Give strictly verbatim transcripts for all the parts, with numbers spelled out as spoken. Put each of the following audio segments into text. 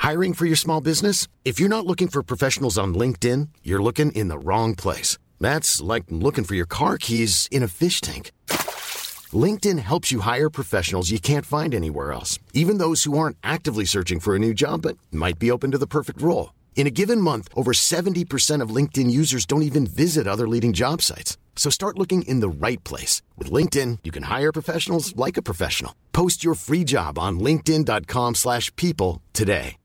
Hiring for your small business? If you're not looking for professionals on LinkedIn, you're looking in the wrong place. That's like looking for your car keys in a fish tank. LinkedIn helps you hire professionals you can't find anywhere else, even those who aren't actively searching for a new job but might be open to the perfect role. In a given month, over seventy percent of LinkedIn users don't even visit other leading job sites. So start looking in the right place. With LinkedIn, you can hire professionals like a professional. Post your free job on linkedin.com slash people today.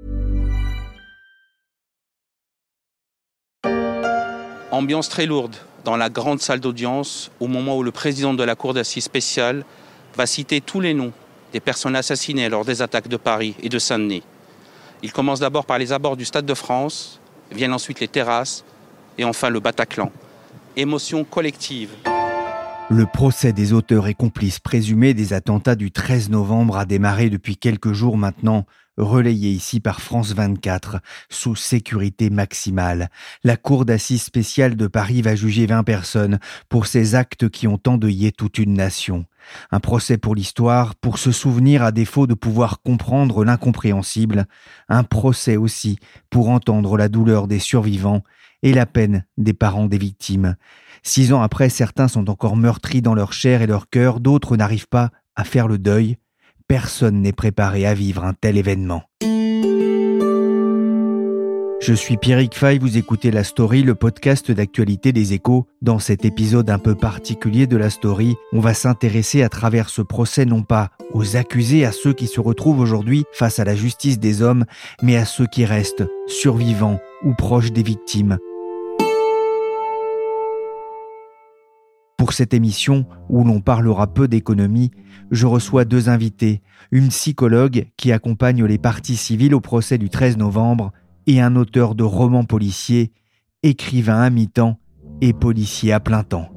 Ambiance très lourde dans la grande salle d'audience au moment où le président de la Cour d'assises spéciale va citer tous les noms des personnes assassinées lors des attaques de Paris et de Saint-Denis. Il commence d'abord par les abords du Stade de France, viennent ensuite les terrasses et enfin le Bataclan. Émotion collective. Le procès des auteurs et complices présumés des attentats du treize novembre a démarré depuis quelques jours maintenant, relayé ici par France vingt-quatre, sous sécurité maximale. La Cour d'assises spéciale de Paris va juger vingt personnes pour ces actes qui ont endeuillé toute une nation. Un procès pour l'histoire, pour se souvenir à défaut de pouvoir comprendre l'incompréhensible. Un procès aussi pour entendre la douleur des survivants et la peine des parents des victimes. Six ans après, certains sont encore meurtris dans leur chair et leur cœur, d'autres n'arrivent pas à faire le deuil. Personne n'est préparé à vivre un tel événement. Je suis Pierrick Fay, vous écoutez La Story, le podcast d'actualité des Échos. Dans cet épisode un peu particulier de La Story, on va s'intéresser à travers ce procès non pas aux accusés, à ceux qui se retrouvent aujourd'hui face à la justice des hommes, mais à ceux qui restent survivants ou proches des victimes. Pour cette émission, où l'on parlera peu d'économie, je reçois deux invités, une psychologue qui accompagne les parties civiles au procès du treize novembre et un auteur de romans policiers, écrivain à mi-temps et policier à plein temps.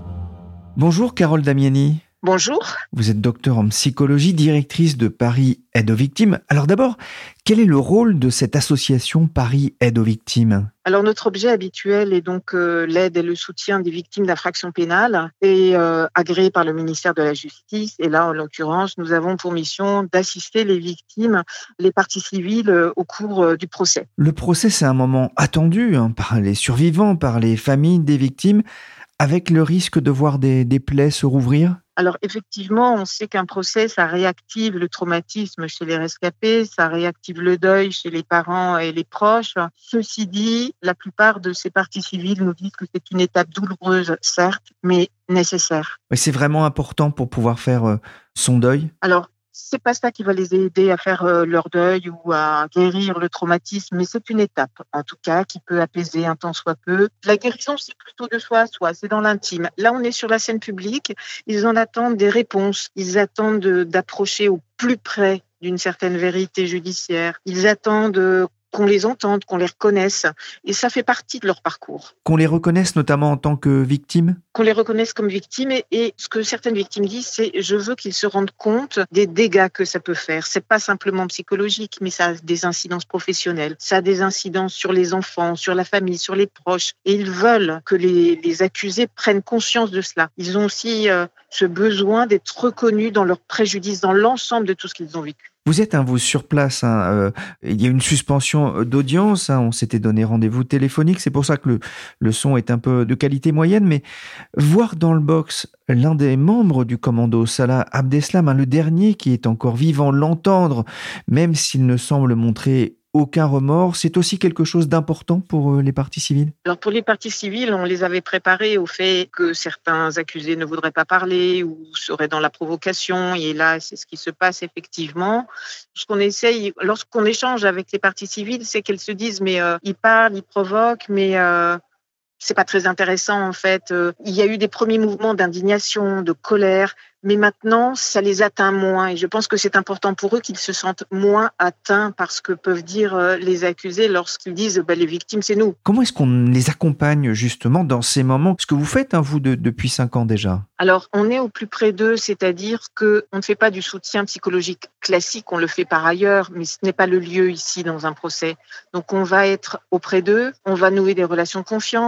Bonjour Carole Damiani. Bonjour. Vous êtes docteur en psychologie, directrice de Paris Aide aux Victimes. Alors d'abord, quel est le rôle de cette association Paris Aide aux Victimes ? Alors notre objet habituel est donc euh, l'aide et le soutien des victimes d'infractions pénales et euh, agréé par le ministère de la Justice. Et là, en l'occurrence, nous avons pour mission d'assister les victimes, les parties civiles euh, au cours euh, du procès. Le procès, c'est un moment attendu hein, par les survivants, par les familles des victimes, avec le risque de voir des, des plaies se rouvrir ? Alors effectivement, on sait qu'un procès, ça réactive le traumatisme chez les rescapés, ça réactive le deuil chez les parents et les proches. Ceci dit, la plupart de ces parties civiles nous disent que c'est une étape douloureuse, certes, mais nécessaire. Mais c'est vraiment important pour pouvoir faire euh, son deuil ? Alors, c'est pas ça qui va les aider à faire euh, leur deuil ou à guérir le traumatisme, mais c'est une étape, en tout cas, qui peut apaiser un tant soit peu. La guérison, c'est plutôt de soi à soi, c'est dans l'intime. Là, on est sur la scène publique, ils en attendent des réponses, ils attendent de, d'approcher au plus près d'une certaine vérité judiciaire, ils attendent euh, qu'on les entende, qu'on les reconnaisse, et ça fait partie de leur parcours. Qu'on les reconnaisse notamment en tant que victimes ? Qu'on les reconnaisse comme victimes, et, et ce que certaines victimes disent, c'est « je veux qu'ils se rendent compte des dégâts que ça peut faire ». C'est pas simplement psychologique, mais ça a des incidences professionnelles, ça a des incidences sur les enfants, sur la famille, sur les proches, et ils veulent que les, les accusés prennent conscience de cela. Ils ont aussi euh, ce besoin d'être reconnus dans leur préjudice, dans l'ensemble de tout ce qu'ils ont vécu. Vous êtes, hein, vous, sur place. Hein, euh, il y a une suspension d'audience. Hein, on s'était donné rendez-vous téléphonique. C'est pour ça que le, le son est un peu de qualité moyenne. Mais voir dans le box l'un des membres du commando, Salah Abdeslam, hein, le dernier qui est encore vivant, l'entendre, même s'il ne semble montrer aucun remords, c'est aussi quelque chose d'important pour les parties civiles ? Alors pour les parties civiles, on les avait préparés au fait que certains accusés ne voudraient pas parler ou seraient dans la provocation, et là c'est ce qui se passe effectivement. Ce qu'on essaye, lorsqu'on échange avec les parties civiles, c'est qu'elles se disent mais euh, ils parlent, ils provoquent, mais euh, c'est pas très intéressant en fait. Euh, il y a eu des premiers mouvements d'indignation, de colère, mais maintenant, ça les atteint moins. Et je pense que c'est important pour eux qu'ils se sentent moins atteints par ce que peuvent dire les accusés lorsqu'ils disent bah, « les victimes, c'est nous ». Comment est-ce qu'on les accompagne justement dans ces moments ? Ce que vous faites, hein, vous, de, depuis cinq ans déjà. Alors, on est au plus près d'eux, c'est-à-dire qu'on ne fait pas du soutien psychologique classique, on le fait par ailleurs, mais ce n'est pas le lieu ici dans un procès. Donc, on va être auprès d'eux, on va nouer des relations de confiance.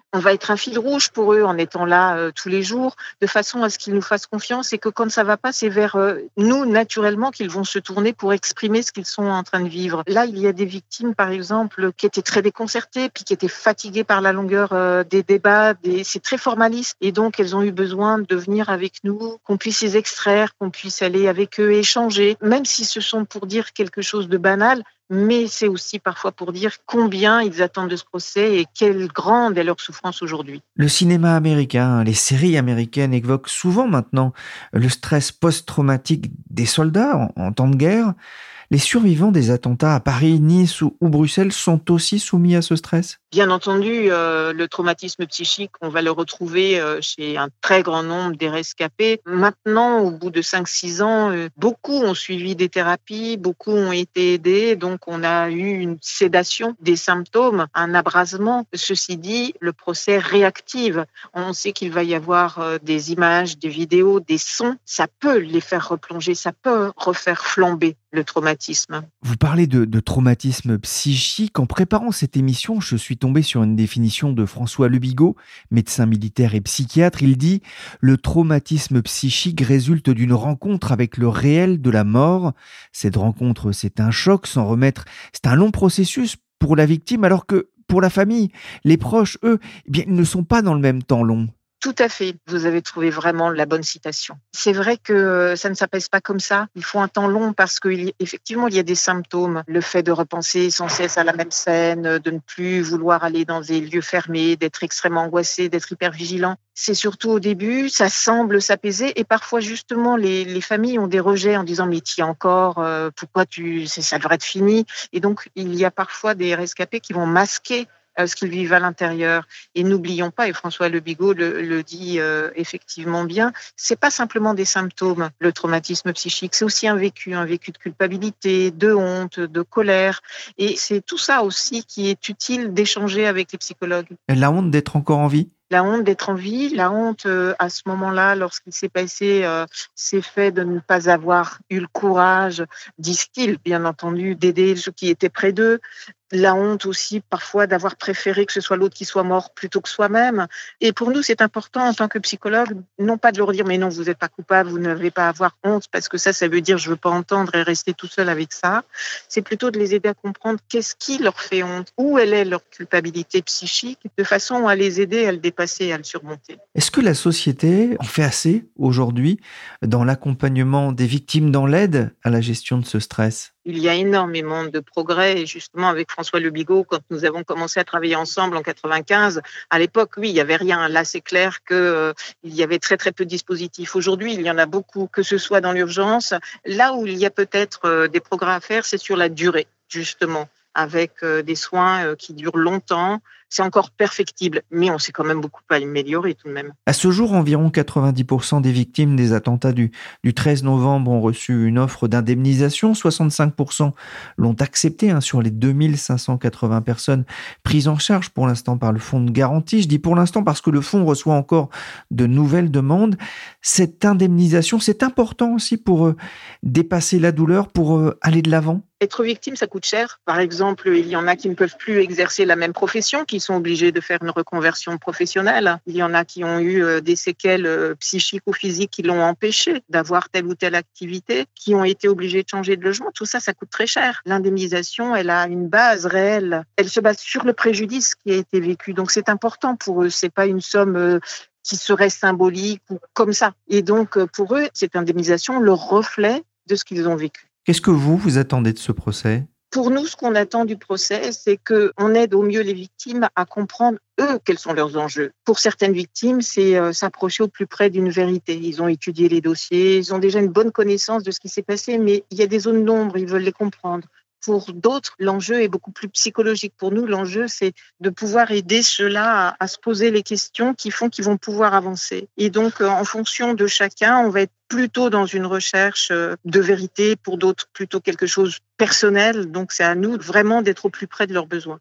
On va être un fil rouge pour eux en étant là euh, tous les jours, de façon à ce qu'ils nous fassent confiance et que quand ça va pas, c'est vers euh, nous naturellement qu'ils vont se tourner pour exprimer ce qu'ils sont en train de vivre. Là, il y a des victimes, par exemple, qui étaient très déconcertées, puis qui étaient fatiguées par la longueur euh, des débats. Des... C'est très formaliste et donc elles ont eu besoin de venir avec nous, qu'on puisse les extraire, qu'on puisse aller avec eux échanger, même si ce sont pour dire quelque chose de banal. Mais c'est aussi parfois pour dire combien ils attendent de ce procès et quelle grande est leur souffrance aujourd'hui. Le cinéma américain, les séries américaines évoquent souvent maintenant le stress post-traumatique des soldats en, en temps de guerre. Les survivants des attentats à Paris, Nice ou, ou Bruxelles sont aussi soumis à ce stress ? Bien entendu, euh, le traumatisme psychique, on va le retrouver euh, chez un très grand nombre des rescapés. Maintenant, au bout de cinq six ans, euh, beaucoup ont suivi des thérapies, beaucoup ont été aidés, donc on a eu une sédation des symptômes, un abrasement. Ceci dit, le procès réactive. On sait qu'il va y avoir euh, des images, des vidéos, des sons. Ça peut les faire replonger, ça peut refaire flamber le traumatisme. Vous parlez de, de traumatisme psychique. En préparant cette émission, je suis tombé sur une définition de François Lebigot, médecin militaire et psychiatre. Il dit « Le traumatisme psychique résulte d'une rencontre avec le réel de la mort. Cette rencontre, c'est un choc. S'en remettre, c'est un long processus pour la victime, alors que pour la famille, les proches, eux, eh bien, ils ne sont pas dans le même temps long. » Tout à fait, vous avez trouvé vraiment la bonne citation. C'est vrai que ça ne s'apaise pas comme ça. Il faut un temps long parce qu'effectivement, il y a des symptômes. Le fait de repenser sans cesse à la même scène, de ne plus vouloir aller dans des lieux fermés, d'être extrêmement angoissé, d'être hyper vigilant. C'est surtout au début, ça semble s'apaiser et parfois justement les, les familles ont des rejets en disant mais t'y es encore, euh, pourquoi tu, ça devrait être fini. Et donc il y a parfois des rescapés qui vont masquer ce qu'ils vivent à l'intérieur. Et n'oublions pas, et François Lebigot le, le dit euh, effectivement bien, c'est pas simplement des symptômes, le traumatisme psychique, c'est aussi un vécu, un vécu de culpabilité, de honte, de colère. Et c'est tout ça aussi qui est utile d'échanger avec les psychologues. La honte d'être encore en vie ? La honte d'être en vie, la honte euh, à ce moment-là, lorsqu'il s'est passé euh, ces faits de ne pas avoir eu le courage, disent-ils, bien entendu, d'aider ceux qui étaient près d'eux. La honte aussi, parfois, d'avoir préféré que ce soit l'autre qui soit mort plutôt que soi-même. Et pour nous, c'est important, en tant que psychologue, non pas de leur dire « mais non, vous n'êtes pas coupable, vous n'avez pas à avoir honte », parce que ça, ça veut dire « je ne veux pas entendre et rester tout seul avec ça ». C'est plutôt de les aider à comprendre qu'est-ce qui leur fait honte, où elle est leur culpabilité psychique, de façon à les aider à le dépasser et à le surmonter. Est-ce que la société en fait assez aujourd'hui dans l'accompagnement des victimes, dans l'aide à la gestion de ce stress ? Il y a énormément de progrès et justement avec François Lebigot, quand nous avons commencé à travailler ensemble en quatre-vingt-quinze, à l'époque, oui, il n'y avait rien. Là, c'est clair qu'il euh, y avait très très peu de dispositifs. Aujourd'hui, il y en a beaucoup, que ce soit dans l'urgence. Là où il y a peut-être euh, des progrès à faire, c'est sur la durée, justement, avec euh, des soins euh, qui durent longtemps. C'est encore perfectible, mais on s'est quand même beaucoup amélioré tout de même. À ce jour, environ quatre-vingt-dix pour cent des victimes des attentats du, du treize novembre ont reçu une offre d'indemnisation. soixante-cinq pour cent l'ont accepté hein, sur les deux mille cinq cent quatre-vingts personnes prises en charge pour l'instant par le fonds de garantie. Je dis pour l'instant parce que le fonds reçoit encore de nouvelles demandes. Cette indemnisation, c'est important aussi pour euh, dépasser la douleur, pour euh, aller de l'avant. Être victime, ça coûte cher. Par exemple, il y en a qui ne peuvent plus exercer la même profession, qui sont obligés de faire une reconversion professionnelle. Il y en a qui ont eu des séquelles psychiques ou physiques qui l'ont empêché d'avoir telle ou telle activité, qui ont été obligés de changer de logement. Tout ça, ça coûte très cher. L'indemnisation, elle a une base réelle. Elle se base sur le préjudice qui a été vécu. Donc, c'est important pour eux. C'est pas une somme qui serait symbolique ou comme ça. Et donc, pour eux, cette indemnisation, le reflet de ce qu'ils ont vécu. Qu'est-ce que vous, vous attendez de ce procès ? Pour nous, ce qu'on attend du procès, c'est qu'on aide au mieux les victimes à comprendre, eux, quels sont leurs enjeux. Pour certaines victimes, c'est euh, s'approcher au plus près d'une vérité. Ils ont étudié les dossiers, ils ont déjà une bonne connaissance de ce qui s'est passé, mais il y a des zones d'ombre, ils veulent les comprendre. Pour d'autres, l'enjeu est beaucoup plus psychologique. Pour nous, l'enjeu, c'est de pouvoir aider ceux-là à, à se poser les questions qui font qu'ils vont pouvoir avancer. Et donc, en fonction de chacun, on va être plutôt dans une recherche de vérité, pour d'autres, plutôt quelque chose de personnel. Donc, c'est à nous vraiment d'être au plus près de leurs besoins.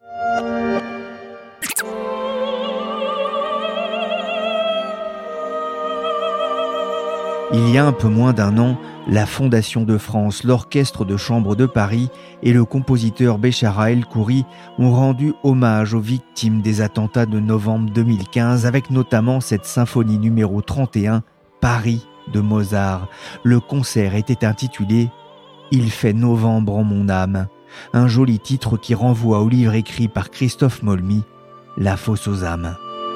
Il y a un peu moins d'un an, La Fondation de France, l'Orchestre de chambre de Paris et le compositeur Béchara El-Khoury ont rendu hommage aux victimes des attentats de novembre deux mille quinze, avec notamment cette symphonie numéro trente et un, Paris de Mozart. Le concert était intitulé « Il fait novembre en mon âme », un joli titre qui renvoie au livre écrit par Christophe Molmy, La fosse aux âmes.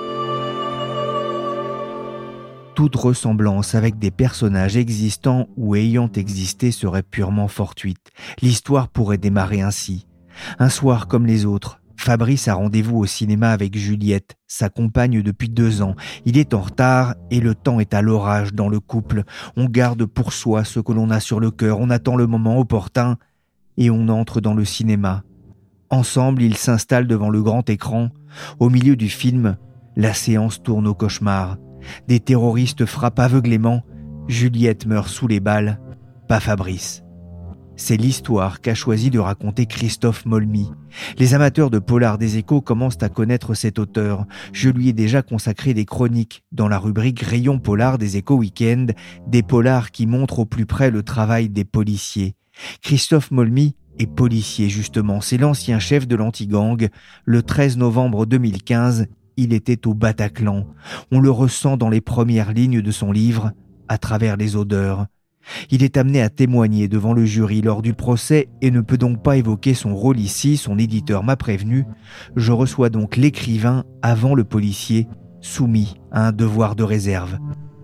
Toute ressemblance avec des personnages existants ou ayant existé serait purement fortuite. L'histoire pourrait démarrer ainsi. Un soir comme les autres, Fabrice a rendez-vous au cinéma avec Juliette, sa compagne depuis deux ans. Il est en retard et le temps est à l'orage dans le couple. On garde pour soi ce que l'on a sur le cœur, on attend le moment opportun et on entre dans le cinéma. Ensemble, ils s'installent devant le grand écran. Au milieu du film, la séance tourne au cauchemar. Des terroristes frappent aveuglément. Juliette meurt sous les balles, pas Fabrice. C'est l'histoire qu'a choisi de raconter Christophe Molmy. Les amateurs de polar des Échos commencent à connaître cet auteur. Je lui ai déjà consacré des chroniques dans la rubrique Rayon polar des Échos Week-end, des polars qui montrent au plus près le travail des policiers. Christophe Molmy est policier justement, c'est l'ancien chef de l'anti-gang. Le treize novembre deux mille quinze, il était au Bataclan. On le ressent dans les premières lignes de son livre, à travers les odeurs. Il est amené à témoigner devant le jury lors du procès et ne peut donc pas évoquer son rôle ici, son éditeur m'a prévenu. Je reçois donc l'écrivain avant le policier, soumis à un devoir de réserve.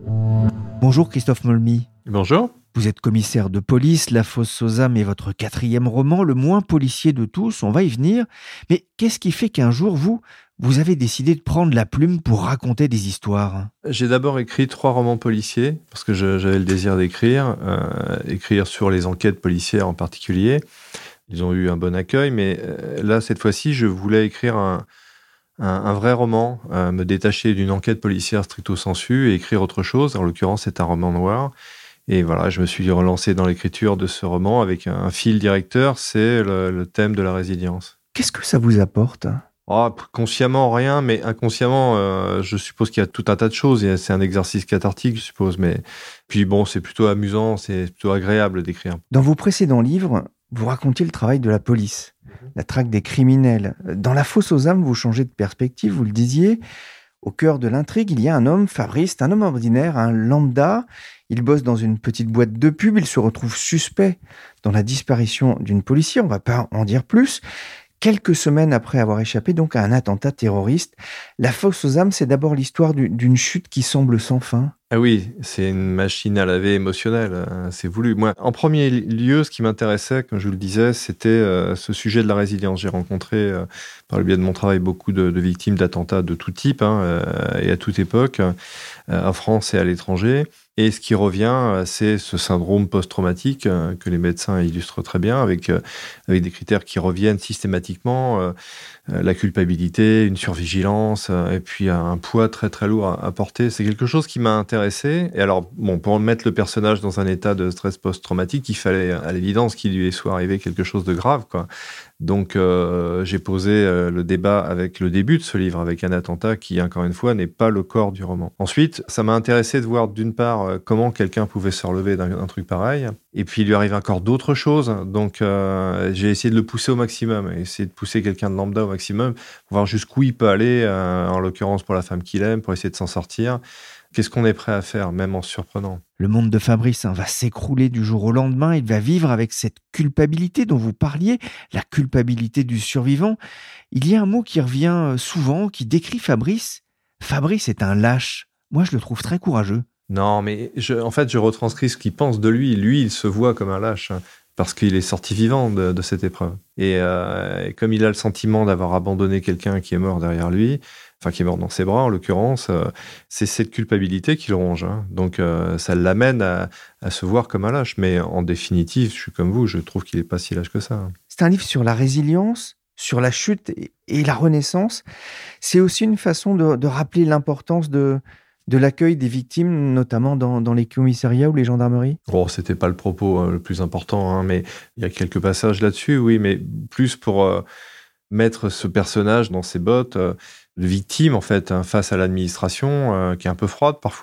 Bonjour Christophe Molmy. Bonjour. Vous êtes commissaire de police, La fosse aux âmes est votre quatrième roman, le moins policier de tous, on va y venir. Mais qu'est-ce qui fait qu'un jour, vous, vous avez décidé de prendre la plume pour raconter des histoires ? J'ai d'abord écrit trois romans policiers, parce que je, j'avais le désir d'écrire, euh, écrire sur les enquêtes policières en particulier. Ils ont eu un bon accueil, mais euh, là, cette fois-ci, je voulais écrire un, un, un vrai roman, euh, me détacher d'une enquête policière stricto sensu et écrire autre chose. En l'occurrence, c'est un roman noir. Et voilà, je me suis relancé dans l'écriture de ce roman avec un, un fil directeur, c'est le, le thème de la résilience. Qu'est-ce que ça vous apporte ? Oh, consciemment, rien, mais inconsciemment, euh, je suppose qu'il y a tout un tas de choses. Et c'est un exercice cathartique, je suppose. Mais puis bon, c'est plutôt amusant, c'est plutôt agréable d'écrire. Dans vos précédents livres, vous racontiez le travail de la police, la traque des criminels. Dans La fosse aux âmes, vous changez de perspective, vous le disiez. Au cœur de l'intrigue, il y a un homme, Fabrice, un homme ordinaire, un lambda. Il bosse dans une petite boîte de pub, il se retrouve suspect dans la disparition d'une policière, on ne va pas en dire plus. Quelques semaines après avoir échappé donc à un attentat terroriste, La fosse aux âmes, c'est d'abord l'histoire d'une chute qui semble sans fin. Ah oui, c'est une machine à laver émotionnelle, c'est voulu. Moi, en premier lieu, ce qui m'intéressait, comme je vous le disais, c'était euh, ce sujet de la résilience. J'ai rencontré, euh, par le biais de mon travail, beaucoup de, de victimes d'attentats de tout type hein, euh, et à toute époque, euh, en France et à l'étranger. Et ce qui revient, c'est ce syndrome post-traumatique euh, que les médecins illustrent très bien, avec, euh, avec des critères qui reviennent systématiquement, euh, euh, la culpabilité, une survigilance, euh, et puis un poids très très lourd à, à porter. C'est quelque chose qui m'a intéressé. Et alors, bon, pour mettre le personnage dans un état de stress post-traumatique, il fallait à l'évidence qu'il lui soit arrivé quelque chose de grave, quoi. Donc, euh, j'ai posé euh, le débat avec le début de ce livre, avec un attentat qui, encore une fois, n'est pas le corps du roman. Ensuite, ça m'a intéressé de voir, d'une part, euh, comment quelqu'un pouvait se relever d'un, d'un truc pareil, et puis il lui arrive encore d'autres choses. Donc, euh, j'ai essayé de le pousser au maximum, essayer de pousser quelqu'un de lambda au maximum, pour voir jusqu'où il peut aller, euh, en l'occurrence pour la femme qu'il aime, pour essayer de s'en sortir. Qu'est-ce qu'on est prêt à faire, même en se surprenant ? Le monde de Fabrice hein, va s'écrouler du jour au lendemain. Il va vivre avec cette culpabilité dont vous parliez, la culpabilité du survivant. Il y a un mot qui revient souvent, qui décrit Fabrice. Fabrice est un lâche. Moi, je le trouve très courageux. Non, mais je, en fait, je retranscris ce qu'il pense de lui. Lui, il se voit comme un lâche, hein, parce qu'il est sorti vivant de, de cette épreuve. Et, euh, et comme il a le sentiment d'avoir abandonné quelqu'un qui est mort derrière lui, enfin qui est mort dans ses bras en l'occurrence, euh, c'est cette culpabilité qui le ronge. Hein. Donc euh, ça l'amène à, à se voir comme un lâche. Mais en définitive, je suis comme vous, je trouve qu'il n'est pas si lâche que ça. Hein. C'est un livre sur la résilience, sur la chute et, et la renaissance. C'est aussi une façon de, de rappeler l'importance de, de l'accueil des victimes, notamment dans, dans les commissariats ou les gendarmeries. Oh, c'était pas le propos euh, le plus important, hein, mais il y a quelques passages là-dessus, oui, mais plus pour euh, mettre ce personnage dans ses bottes, euh, de victime en fait, hein, face à l'administration, euh, qui est un peu froide parfois,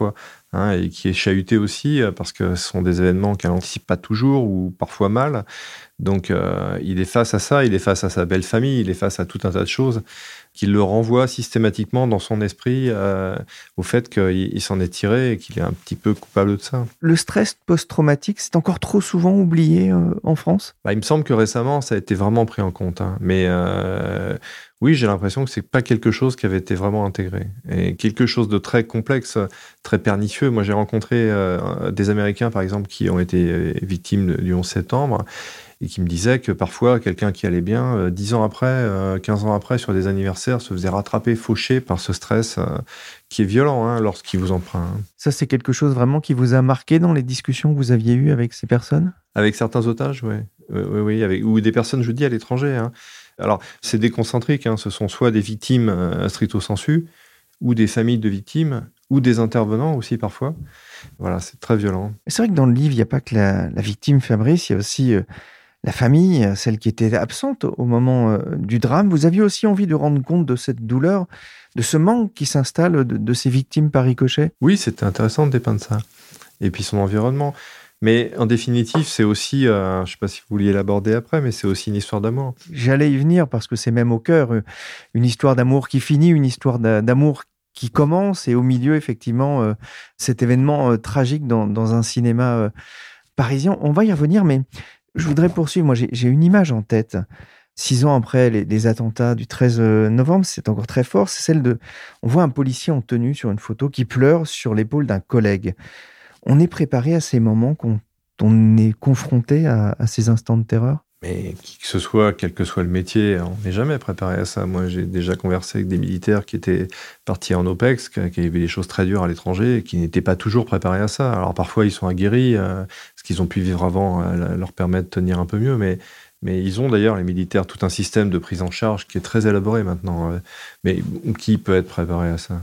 hein, et qui est chahuté aussi, parce que ce sont des événements qu'elle n'anticipe pas toujours ou parfois mal. Donc, euh, il est face à ça, il est face à sa belle famille, il est face à tout un tas de choses qui le renvoient systématiquement dans son esprit euh, au fait qu'il il s'en est tiré et qu'il est un petit peu coupable de ça. Le stress post-traumatique, c'est encore trop souvent oublié euh, en France ? Bah, il me semble que récemment, ça a été vraiment pris en compte. Hein. Mais euh, oui, j'ai l'impression que c'est pas quelque chose qui avait été vraiment intégré. Et quelque chose de très complexe, très pernicieux. Moi, j'ai rencontré euh, des Américains, par exemple, qui ont été victimes du onze septembre et qui me disaient que parfois, quelqu'un qui allait bien, euh, dix ans après, euh, quinze ans après, sur des anniversaires, se faisait rattraper, faucher par ce stress euh, qui est violent hein, lorsqu'il vous emprunte. Hein. Ça, c'est quelque chose vraiment qui vous a marqué dans les discussions que vous aviez eues avec ces personnes ? Avec certains otages, oui. Oui, oui, oui, avec, ou des personnes, je vous dis, à l'étranger. Hein. Alors, c'est déconcentrique. Hein. Ce sont soit des victimes euh, stricto sensu, ou des familles de victimes, ou des intervenants aussi parfois. Voilà, c'est très violent. C'est vrai que dans le livre, il n'y a pas que la, la victime, Fabrice, il y a aussi euh, la famille, celle qui était absente au moment euh, du drame. Vous aviez aussi envie de rendre compte de cette douleur, de ce manque qui s'installe de, de ces victimes par ricochet ? Oui, c'était intéressant de dépeindre ça. Et puis son environnement. Mais en définitive, c'est aussi, euh, je ne sais pas si vous vouliez l'aborder après, mais c'est aussi une histoire d'amour. J'allais y venir parce que c'est même au cœur, une histoire d'amour qui finit, une histoire d'amour qui commence, et au milieu, effectivement, euh, cet événement euh, tragique dans, dans un cinéma euh, parisien. On va y revenir, mais je voudrais poursuivre. Moi, j'ai, j'ai une image en tête. Six ans après les, les attentats du treize novembre, c'est encore très fort, c'est celle de... On voit un policier en tenue sur une photo qui pleure sur l'épaule d'un collègue. On est préparé à ces moments quand on est confronté à, à ces instants de terreur ? Mais qui que ce soit, quel que soit le métier, on n'est jamais préparé à ça. Moi, j'ai déjà conversé avec des militaires qui étaient partis en OPEX, qui avaient des choses très dures à l'étranger et qui n'étaient pas toujours préparés à ça. Alors parfois, ils sont aguerris, euh, ce qu'ils ont pu vivre avant euh, leur permet de tenir un peu mieux, mais, mais ils ont d'ailleurs, les militaires, tout un système de prise en charge qui est très élaboré maintenant. Euh, mais qui peut être préparé à ça ?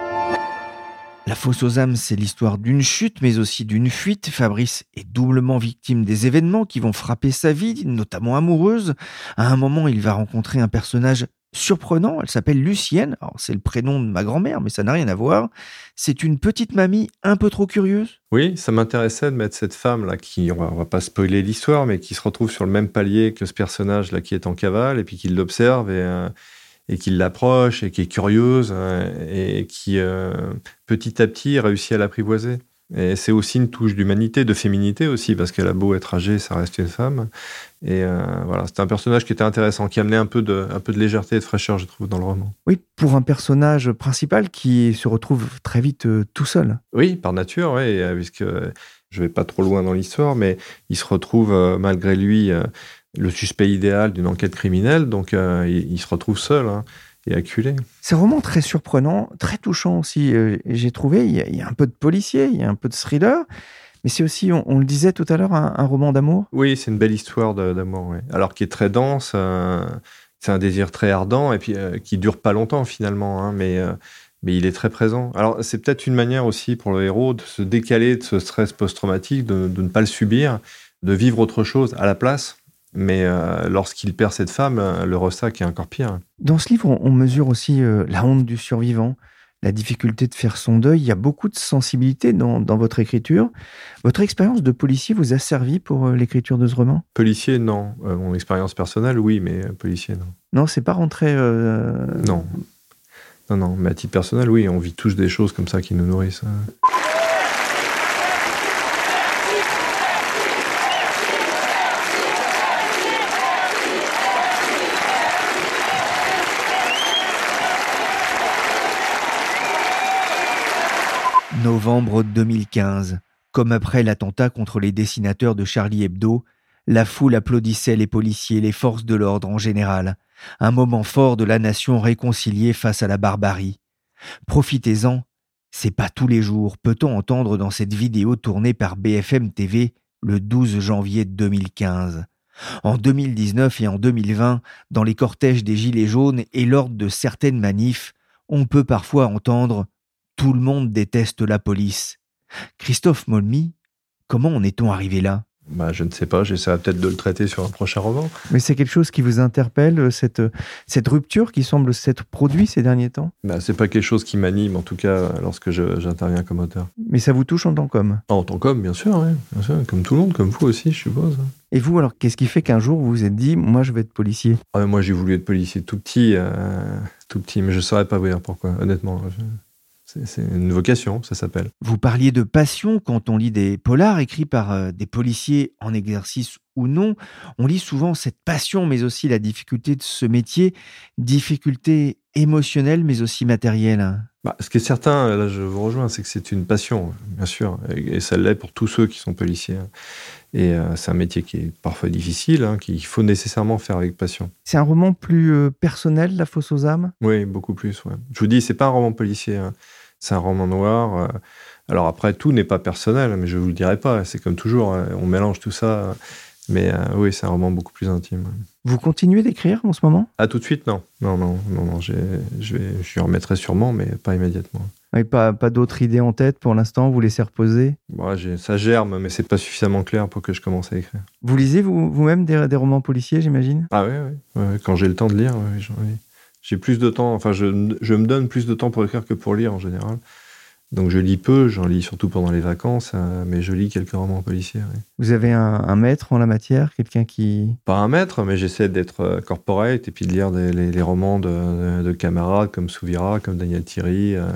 La fosse aux âmes, c'est l'histoire d'une chute, mais aussi d'une fuite. Fabrice est doublement victime des événements qui vont frapper sa vie, notamment amoureuse. À un moment, il va rencontrer un personnage surprenant. Elle s'appelle Lucienne. Alors, c'est le prénom de ma grand-mère, mais ça n'a rien à voir. C'est une petite mamie un peu trop curieuse. Oui, ça m'intéressait de mettre cette femme-là, qui, on va, on va pas spoiler l'histoire, mais qui se retrouve sur le même palier que ce personnage-là qui est en cavale, et puis qui l'observe, et... Euh... et qui l'approche, et qui est curieuse, et qui, euh, petit à petit, réussit à l'apprivoiser. Et c'est aussi une touche d'humanité, de féminité aussi, parce qu'elle a beau être âgée, ça reste une femme. Et euh, voilà, c'était un personnage qui était intéressant, qui amenait un peu, de, un peu de légèreté et de fraîcheur, je trouve, dans le roman. Oui, pour un personnage principal qui se retrouve très vite euh, tout seul. Oui, par nature, oui, puisque je vais pas trop loin dans l'histoire, mais il se retrouve, euh, malgré lui... Euh, le suspect idéal d'une enquête criminelle, donc euh, il, il se retrouve seul hein, et acculé. C'est un roman très surprenant, très touchant aussi, euh, j'ai trouvé. Il y, a, il y a un peu de policier, il y a un peu de thriller, mais c'est aussi, on, on le disait tout à l'heure, un, un roman d'amour. Oui, c'est une belle histoire de, d'amour, oui. Alors qui est très dense, euh, c'est un désir très ardent, et puis euh, qui dure pas longtemps finalement, hein, mais... Euh, mais il est très présent. Alors, c'est peut-être une manière aussi pour le héros de se décaler de ce stress post-traumatique, de, de ne pas le subir, de vivre autre chose à la place. Mais euh, lorsqu'il perd cette femme, le ressac est encore pire. Dans ce livre, on, on mesure aussi euh, la honte du survivant, la difficulté de faire son deuil. Il y a beaucoup de sensibilité dans, dans votre écriture. Votre expérience de policier vous a servi pour euh, l'écriture de ce roman ? Policier, non. Euh, mon expérience personnelle, oui, mais euh, policier, non. Non, c'est pas rentré... Euh... Non. Non, non. Mais à titre personnel, oui, on vit tous des choses comme ça qui nous nourrissent. Novembre deux mille quinze. Comme après l'attentat contre les dessinateurs de Charlie Hebdo, la foule applaudissait les policiers, les forces de l'ordre en général. Un moment fort de la nation réconciliée face à la barbarie. Profitez-en, c'est pas tous les jours, peut-on entendre dans cette vidéo tournée par B F M T V le douze janvier deux mille quinze. En deux mille dix-neuf et en deux mille vingt, dans les cortèges des Gilets jaunes et lors de certaines manifs, on peut parfois entendre « Tout le monde déteste la police ». Christophe Molmy, comment en est-on arrivé là ? Bah, je ne sais pas, j'essaierai peut-être de le traiter sur un prochain roman. Mais c'est quelque chose qui vous interpelle, cette, cette rupture qui semble s'être produite ces derniers temps ? Bah, c'est pas quelque chose qui m'anime, en tout cas, lorsque je, j'interviens comme auteur. Mais ça vous touche en tant qu'homme ? En tant qu'homme, bien sûr, oui, bien sûr, comme tout le monde, comme vous aussi, je suppose. Et vous, alors, qu'est-ce qui fait qu'un jour vous vous êtes dit, moi, je vais être policier ? Ah, moi, j'ai voulu être policier tout petit, euh, tout petit, mais je saurais pas vous dire pourquoi, honnêtement. Je... C'est, c'est une vocation, ça s'appelle. Vous parliez de passion quand on lit des polars écrits par euh, des policiers en exercice ou non. On lit souvent cette passion, mais aussi la difficulté de ce métier, difficulté émotionnelle, mais aussi matérielle. Bah, ce qui est certain, là je vous rejoins, c'est que c'est une passion, bien sûr, et, et ça l'est pour tous ceux qui sont policiers. Et euh, c'est un métier qui est parfois difficile, hein, qu'il faut nécessairement faire avec passion. C'est un roman plus euh, personnel, La Fosse aux âmes ? Oui, beaucoup plus. Ouais. Je vous dis, c'est pas un roman policier, hein. C'est un roman noir. Euh, alors après, tout n'est pas personnel, mais je vous le dirai pas. C'est comme toujours, hein, on mélange tout ça. Mais euh, oui, c'est un roman beaucoup plus intime. Vous continuez d'écrire en ce moment ? Ah, tout de suite, non. Non, non, non, non. J'ai, je vais, je remettrai sûrement, mais pas immédiatement. Et pas, pas d'autres idées en tête pour l'instant, vous laissez reposer ? Bon, j'ai, ça germe, mais c'est pas suffisamment clair pour que je commence à écrire. Vous lisez vous, vous-même des, des romans policiers, j'imagine ? Ah oui, oui. Ouais, quand j'ai le temps de lire, oui, j'en ai. J'ai plus de temps, enfin, je, je me donne plus de temps pour écrire que pour lire en général. Donc je lis peu, j'en lis surtout pendant les vacances, euh, mais je lis quelques romans policiers. Oui. Vous avez un, un maître en la matière, quelqu'un qui... Pas un maître, mais j'essaie d'être euh, corporate et puis de lire des, les, les romans de, de, de camarades comme Souvira, comme Daniel Thierry, euh,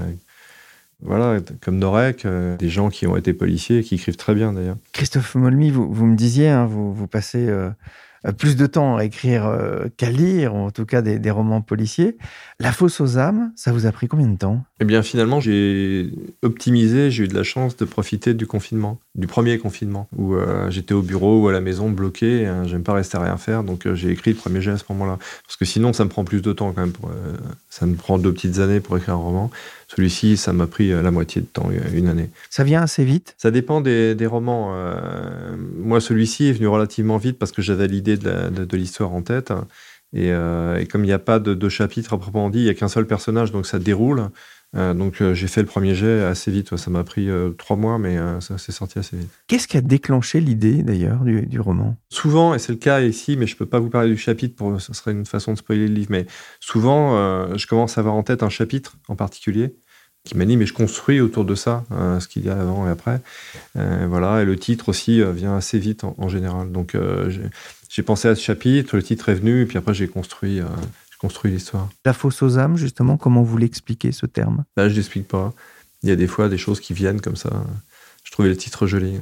voilà, comme Norek, euh, des gens qui ont été policiers et qui écrivent très bien d'ailleurs. Christophe Molmy, vous, vous me disiez, hein, vous, vous passez... Euh... plus de temps à écrire euh, qu'à lire, en tout cas des, des romans policiers. La Fosse aux âmes, ça vous a pris combien de temps ? Eh bien, finalement, j'ai optimisé, j'ai eu de la chance de profiter du confinement, du premier confinement, où euh, j'étais au bureau ou à la maison bloqué, hein, j'aime pas rester à rien faire, donc euh, j'ai écrit le premier jet à ce moment-là. Parce que sinon, ça me prend plus de temps quand même. Pour, euh, ça me prend deux petites années pour écrire un roman. Celui-ci, ça m'a pris euh, la moitié de temps, une année. Ça vient assez vite ? Ça dépend des, des romans. Euh, moi, celui-ci est venu relativement vite parce que j'avais l'idée de, la, de, de l'histoire en tête. Et, euh, et comme il n'y a pas de, de chapitre à proprement dit, il n'y a qu'un seul personnage, donc ça déroule. Euh, donc euh, j'ai fait le premier jet assez vite. Ça m'a pris euh, trois mois, mais euh, ça s'est sorti assez vite. Qu'est-ce qui a déclenché l'idée, d'ailleurs, du, du roman ? Souvent, et c'est le cas ici, mais je ne peux pas vous parler du chapitre, pour, ce serait une façon de spoiler le livre, mais souvent, euh, je commence à avoir en tête un chapitre en particulier qui m'anime et je construis autour de ça euh, ce qu'il y a avant et après. Euh, voilà, et le titre aussi euh, vient assez vite en, en général. Donc euh, j'ai, j'ai pensé à ce chapitre, le titre est venu, et puis après j'ai construit, euh, j'ai construit l'histoire. La Fosse aux âmes, justement, comment vous l'expliquez, ce terme ? Là, je l'explique pas. Il y a des fois des choses qui viennent comme ça. Je trouvais le titre joli.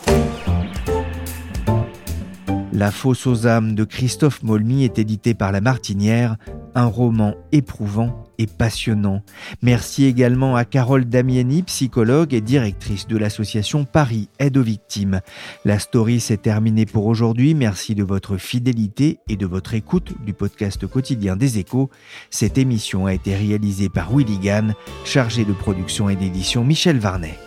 La Fosse aux âmes de Christophe Molmy est édité par La Martinière, un roman éprouvant et passionnant. Merci également à Carole Damiani, psychologue et directrice de l'association Paris Aide aux Victimes. La story s'est terminée pour aujourd'hui. Merci de votre fidélité et de votre écoute du podcast quotidien des Échos. Cette émission a été réalisée par Willy Gann, chargé de production et d'édition Michel Varnet.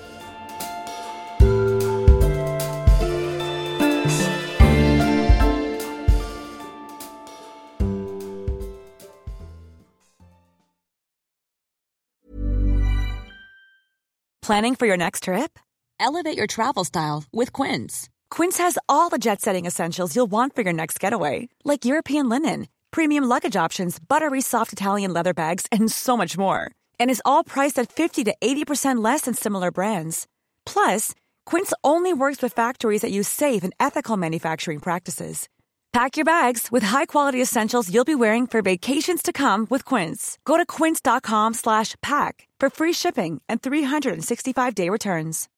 Planning for your next trip? Elevate your travel style with Quince. Quince has all the jet-setting essentials you'll want for your next getaway, like European linen, premium luggage options, buttery soft Italian leather bags, and so much more. And is all priced at fifty to eighty percent less than similar brands. Plus, Quince only works with factories that use safe and ethical manufacturing practices. Pack your bags with high-quality essentials you'll be wearing for vacations to come with Quince. Go to quince.com slash pack for free shipping and three sixty-five day returns.